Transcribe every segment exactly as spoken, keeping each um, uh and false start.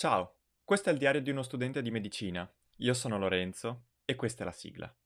Ciao, questo è il diario di uno studente di medicina. Io sono Lorenzo e questa è la sigla.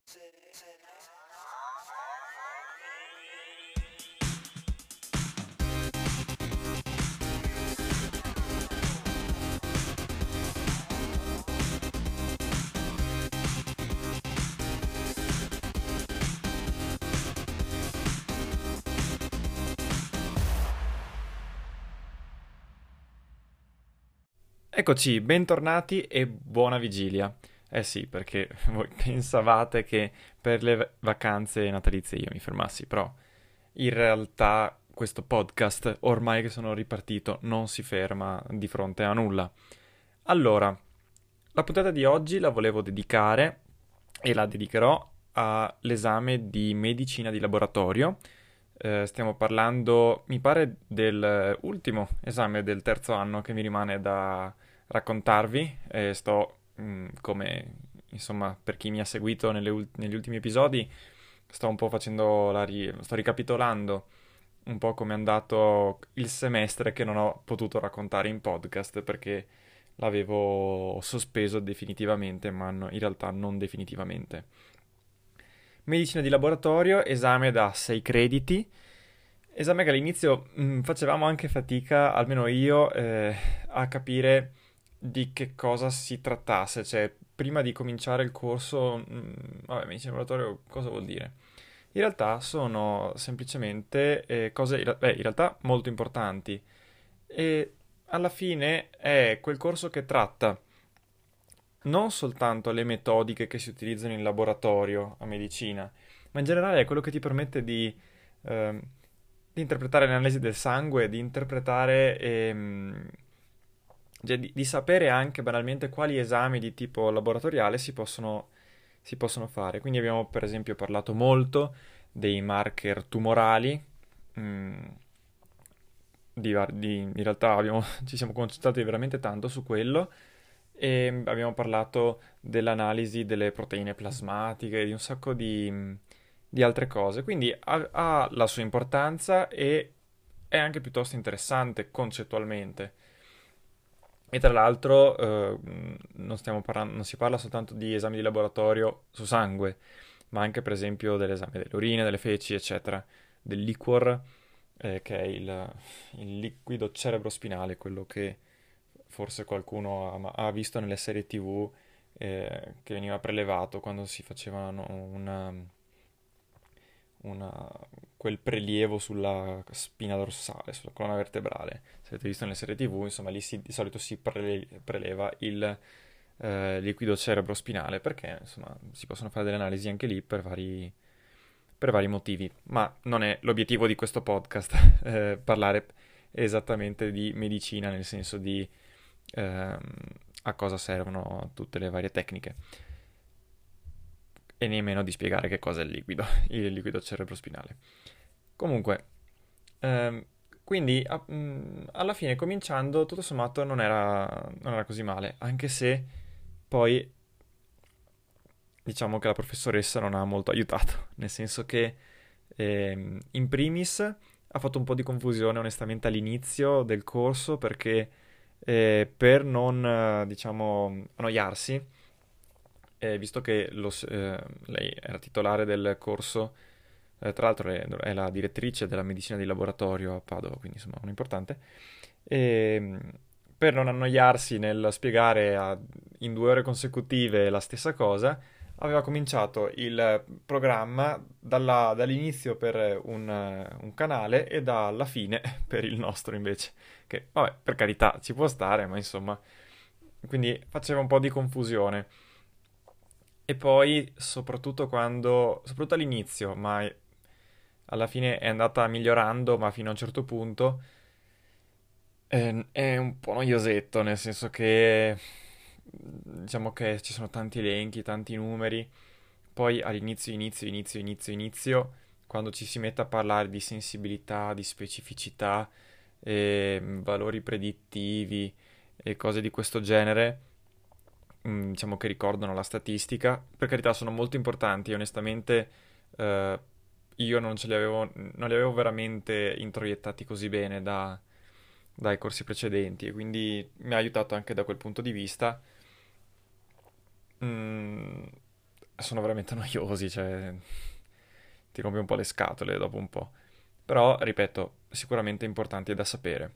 Eccoci, bentornati e buona vigilia. Eh sì, perché voi pensavate che per le v- vacanze natalizie io mi fermassi, però in realtà questo podcast, ormai che sono ripartito, non si ferma di fronte a nulla. Allora, la puntata di oggi la volevo dedicare e la dedicherò all'esame di medicina di laboratorio. Eh, stiamo parlando, mi pare, dell'ultimo esame del terzo anno che mi rimane da raccontarvi. E sto, mh, come, insomma, per chi mi ha seguito nelle ul- negli ultimi episodi, sto un po' facendo la ri- sto ricapitolando un po' come è andato il semestre che non ho potuto raccontare in podcast perché l'avevo sospeso definitivamente, ma no- in realtà non definitivamente. Medicina di laboratorio, esame da sei crediti. Esame che all'inizio mh, facevamo anche fatica, almeno io, eh, a capire di che cosa si trattasse. Cioè, prima di cominciare il corso, mh, vabbè, medicina di laboratorio cosa vuol dire? In realtà sono semplicemente eh, cose, in ra- beh, in realtà molto importanti. E alla fine è quel corso che tratta non soltanto le metodiche che si utilizzano in laboratorio a medicina, ma in generale è quello che ti permette di, ehm, di interpretare l'analisi del sangue, di interpretare, ehm, cioè di, di sapere anche banalmente quali esami di tipo laboratoriale si possono, si possono fare. Quindi abbiamo per esempio parlato molto dei marker tumorali. mm, di, var- di- in realtà abbiamo- ci siamo concentrati veramente tanto su quello e abbiamo parlato dell'analisi delle proteine plasmatiche, di un sacco di, di altre cose. Quindi ha, ha la sua importanza e è anche piuttosto interessante concettualmente. E tra l'altro eh, non stiamo parlando, non si parla soltanto di esami di laboratorio su sangue, ma anche per esempio dell'esame delle urine, delle feci, eccetera, del liquor, eh, che è il, il liquido cerebrospinale, quello che forse qualcuno ha, ha visto nelle serie T V, eh, che veniva prelevato quando si facevano una, una- quel prelievo sulla spina dorsale, sulla colonna vertebrale. Se avete visto nelle serie T V, insomma, lì si- di solito si prele- preleva il eh, liquido cerebrospinale perché, insomma, si possono fare delle analisi anche lì per vari, per vari motivi. Ma non è l'obiettivo di questo podcast eh, parlare esattamente di medicina, nel senso di ehm, a cosa servono tutte le varie tecniche e nemmeno di spiegare che cosa è il liquido, il liquido cerebrospinale. Comunque, ehm, quindi a- mh, alla fine cominciando, tutto sommato non era, non era così male, anche se poi diciamo che la professoressa non ha molto aiutato, nel senso che ehm, in primis ha fatto un po' di confusione onestamente all'inizio del corso perché eh, per non, eh, diciamo, annoiarsi, eh, visto che lo s- eh, lei era titolare del corso, eh, tra l'altro è, è la direttrice della medicina di laboratorio a Padova, quindi insomma un importante, e per non annoiarsi nel spiegare a- in due ore consecutive la stessa cosa, aveva cominciato il programma dalla- dall'inizio per un, un canale e dalla fine per il nostro invece, che vabbè, per carità ci può stare, ma insomma, quindi faceva un po' di confusione. E poi, soprattutto quando, soprattutto all'inizio, ma alla fine è andata migliorando, ma fino a un certo punto è, è un po' noiosetto, nel senso che diciamo che ci sono tanti elenchi, tanti numeri. Poi all'inizio, inizio, inizio, inizio, inizio, quando ci si mette a parlare di sensibilità, di specificità, e valori predittivi e cose di questo genere, mm, diciamo che ricordano la statistica. Per carità, sono molto importanti e onestamente eh, io non ce li avevo, non li avevo veramente introiettati così bene da, dai corsi precedenti e quindi mi ha aiutato anche da quel punto di vista. Mm, sono veramente noiosi, cioè ti rompi un po' le scatole dopo un po'. Però, ripeto, sicuramente importanti da sapere.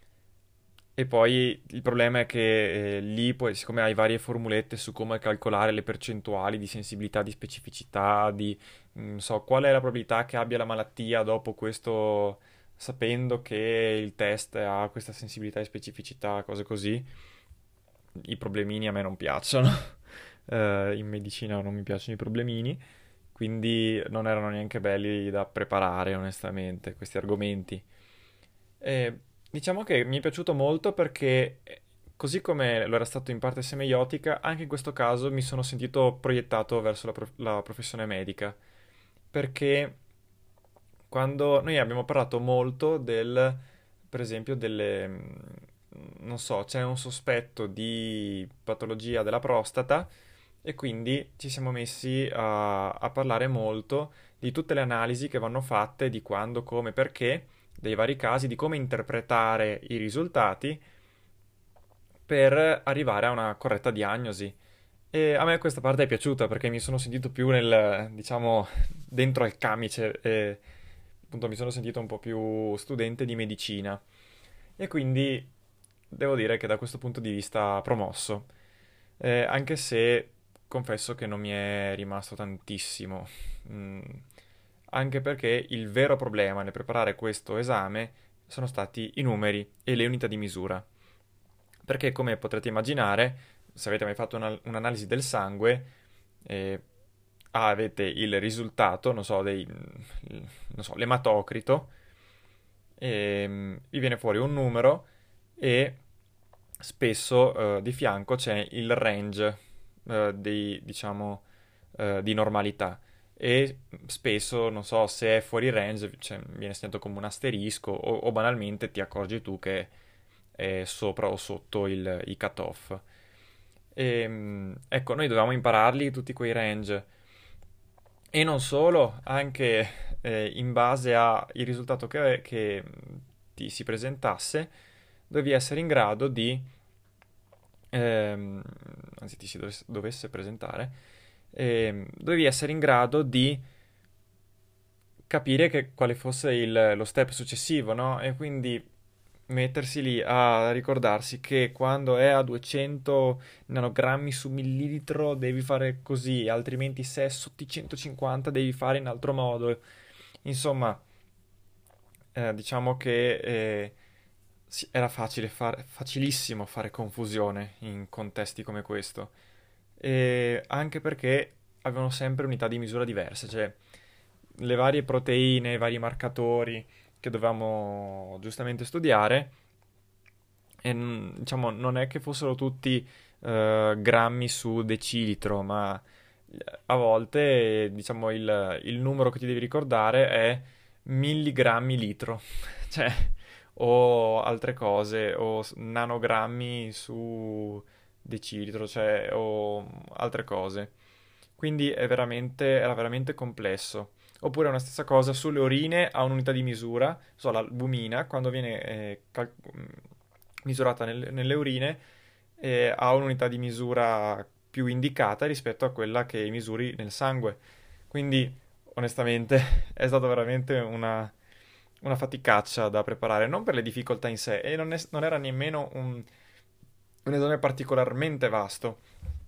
E poi il problema è che eh, lì, poi, siccome hai varie formulette su come calcolare le percentuali di sensibilità, di specificità, di non so qual è la probabilità che abbia la malattia dopo questo, sapendo che il test ha questa sensibilità e specificità, cose così, i problemini a me non piacciono. Eh, in medicina non mi piacciono i problemini, quindi non erano neanche belli da preparare, onestamente, questi argomenti. E diciamo che mi è piaciuto molto perché, eh, così come lo era stato in parte semiotica, anche in questo caso mi sono sentito proiettato verso la, prof- la professione medica. Perché quando noi abbiamo parlato molto del, per esempio, delle, mm, non so, c'è un sospetto di patologia della prostata e quindi ci siamo messi a, a parlare molto di tutte le analisi che vanno fatte, di quando, come, perché, dei vari casi, di come interpretare i risultati per arrivare a una corretta diagnosi. E a me questa parte è piaciuta perché mi sono sentito più nel, diciamo, dentro al camice e appunto mi sono sentito un po' più studente di medicina. E quindi devo dire che da questo punto di vista promosso. Eh, anche se confesso che non mi è rimasto tantissimo. Mm, anche perché il vero problema nel preparare questo esame sono stati i numeri e le unità di misura. Perché come potrete immaginare, se avete mai fatto una- un'analisi del sangue, eh, ah, avete il risultato, non so, dei, non so, l'ematocrito, e mm, vi viene fuori un numero e spesso eh, di fianco c'è il range eh, di, diciamo, eh, di normalità. E spesso, non so, se è fuori range, cioè, viene segnato come un asterisco o, o banalmente ti accorgi tu che è sopra o sotto il, i cut-off. E, mm, ecco, noi dovevamo impararli tutti quei range. E non solo, anche eh, in base al risultato che, che ti si presentasse, dovevi essere in grado di, ehm, anzi ti si dovesse, dovesse presentare, ehm, dovevi essere in grado di capire che, quale fosse il- lo step successivo, no? E quindi mettersi lì a ricordarsi che quando è a duecento nanogrammi su millilitro devi fare così, altrimenti se è sotto i centocinquanta devi fare in altro modo. Insomma, eh, diciamo che eh, sì, era facile fare, facilissimo fare confusione in contesti come questo. E anche perché avevano sempre unità di misura diverse, cioè le varie proteine, i vari marcatori che dovevamo giustamente studiare, e mm, diciamo non è che fossero tutti eh, grammi su decilitro, ma eh, a volte diciamo il, il numero che ti devi ricordare è milligrammi litro, cioè o altre cose, o s- nanogrammi su decilitro, cioè o altre cose. Quindi è veramente, era veramente complesso. Oppure una stessa cosa sulle urine ha un'unità di misura, so, l'albumina, quando viene eh, cal- mm, misurata nel- nelle urine, eh, ha un'unità di misura più indicata rispetto a quella che misuri nel sangue. Quindi, onestamente, è stata veramente una, una faticaccia da preparare, non per le difficoltà in sé, e non, è- non era nemmeno un, un esame particolarmente vasto,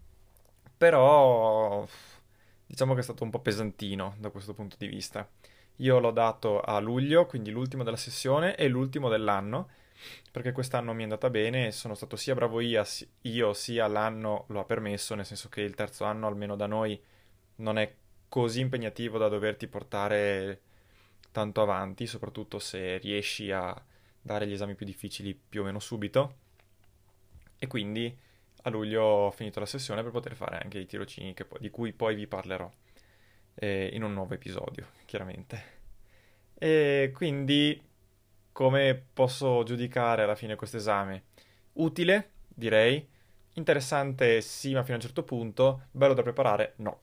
però diciamo che è stato un po' pesantino da questo punto di vista. Io l'ho dato a luglio, quindi l'ultimo della sessione e l'ultimo dell'anno, perché quest'anno mi è andata bene e sono stato sia bravo io, si- io sia l'anno lo ha permesso, nel senso che il terzo anno, almeno da noi, non è così impegnativo da doverti portare tanto avanti, soprattutto se riesci a dare gli esami più difficili più o meno subito. E quindi a luglio ho finito la sessione per poter fare anche i tirocini che poi- di cui poi vi parlerò eh, in un nuovo episodio, chiaramente. E quindi come posso giudicare alla fine questo esame? Utile, direi. Interessante, sì, ma fino a un certo punto. Bello da preparare? No.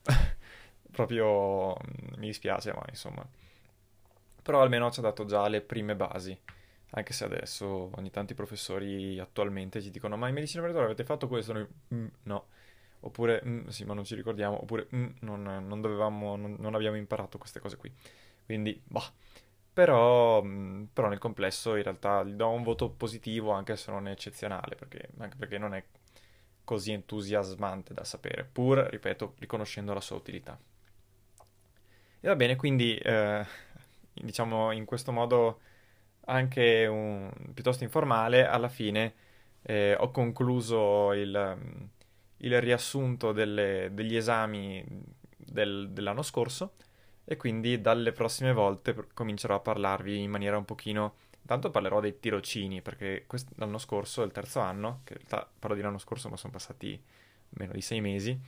Proprio mm, mi dispiace, ma insomma. Però almeno ci ha dato già le prime basi. Anche se adesso ogni tanto i professori attualmente ci dicono: ma in medicina operatoria avete fatto questo? Noi, "Mm, no." Oppure, "Mm, sì, ma non ci ricordiamo." Oppure, "Mm, non, non dovevamo, non, non abbiamo imparato queste cose qui." Quindi, bah. Però, mh, però nel complesso in realtà gli do un voto positivo anche se non è eccezionale, perché, anche perché non è così entusiasmante da sapere, pur, ripeto, riconoscendo la sua utilità. E va bene, quindi eh, diciamo in questo modo anche un, piuttosto informale, alla fine eh, ho concluso il, mm, il riassunto delle- degli esami del- dell'anno scorso e quindi dalle prossime volte pr- comincerò a parlarvi in maniera un pochino... Intanto parlerò dei tirocini, perché quest- l'anno scorso, il terzo anno, che in realtà parlo di l'anno scorso ma sono passati meno di sei mesi,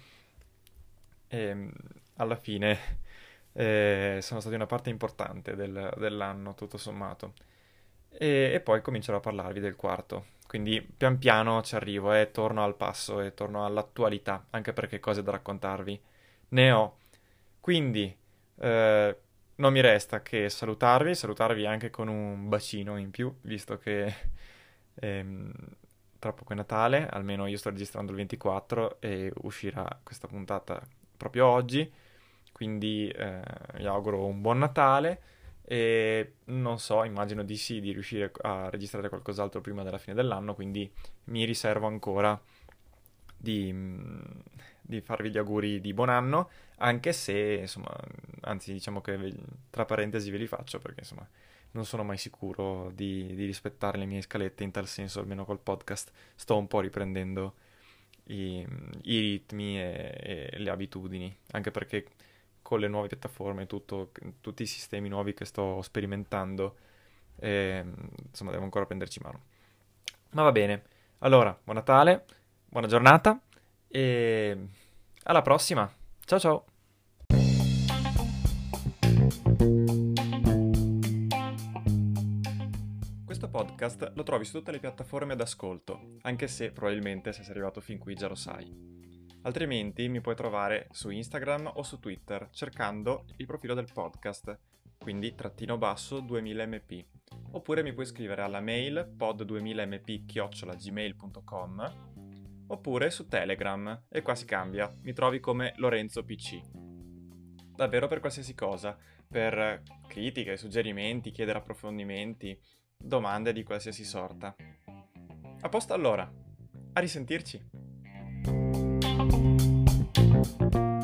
e alla fine eh, sono stati una parte importante del- dell'anno, tutto sommato. E, e poi comincerò a parlarvi del quarto. Quindi pian piano ci arrivo e torno al passo e torno all'attualità, anche perché cose da raccontarvi ne ho. Quindi eh, non mi resta che salutarvi, salutarvi anche con un bacino in più, visto che ehm, tra poco è Natale, almeno io sto registrando il ventiquattro e uscirà questa puntata proprio oggi. Quindi eh, vi auguro un buon Natale e non so, immagino di sì, di riuscire a registrare qualcos'altro prima della fine dell'anno, quindi mi riservo ancora di, mm, di farvi gli auguri di buon anno, anche se, insomma, anzi diciamo che ve- tra parentesi ve li faccio perché, insomma, non sono mai sicuro di, di rispettare le mie scalette in tal senso, almeno col podcast sto un po' riprendendo i, i ritmi e, e le abitudini, anche perché con le nuove piattaforme, tutto, tutti i sistemi nuovi che sto sperimentando, eh, insomma, devo ancora prenderci mano. Ma va bene. Allora, buon Natale, buona giornata e alla prossima. Ciao ciao. Questo podcast lo trovi su tutte le piattaforme d'ascolto, anche se probabilmente se sei arrivato fin qui già lo sai. Altrimenti mi puoi trovare su Instagram o su Twitter cercando il profilo del podcast, quindi trattino basso duemila m p. Oppure mi puoi scrivere alla mail pod duemila m p chiocciola gmail punto com oppure su Telegram e qua si cambia, mi trovi come Lorenzo P C. Davvero per qualsiasi cosa, per critiche, suggerimenti, chiedere approfondimenti, domande di qualsiasi sorta. A posto allora, a risentirci!